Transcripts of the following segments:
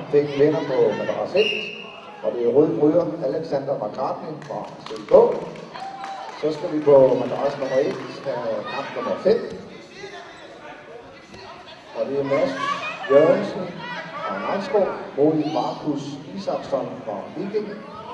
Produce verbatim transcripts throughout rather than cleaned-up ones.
fik en vinder på madras et, og det er Rød Bryder Alexander McCartney fra C K. Så skal vi på madras nummer et, kamp nummer fem. Og det er Mads Jørgensen fra Nejskov mod Markus Isaksson fra Viking.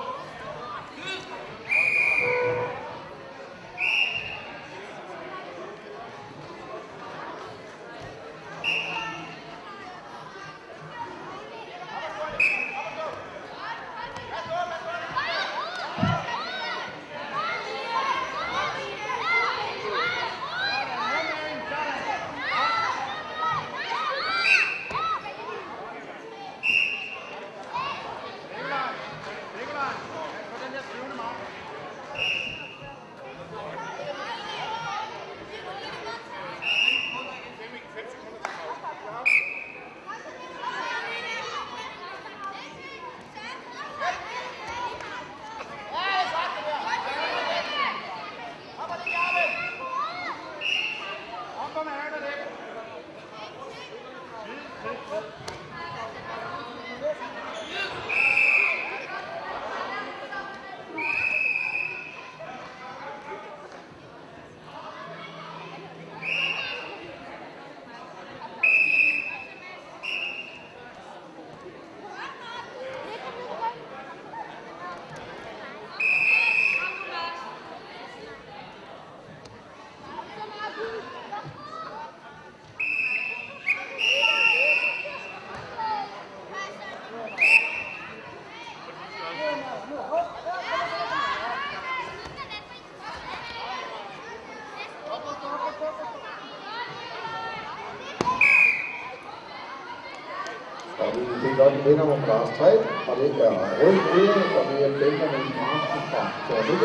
Og vi fik godt en vinder på madras tre, og det er Rød Bryder, og det er Benjamin Martin fra Tornø.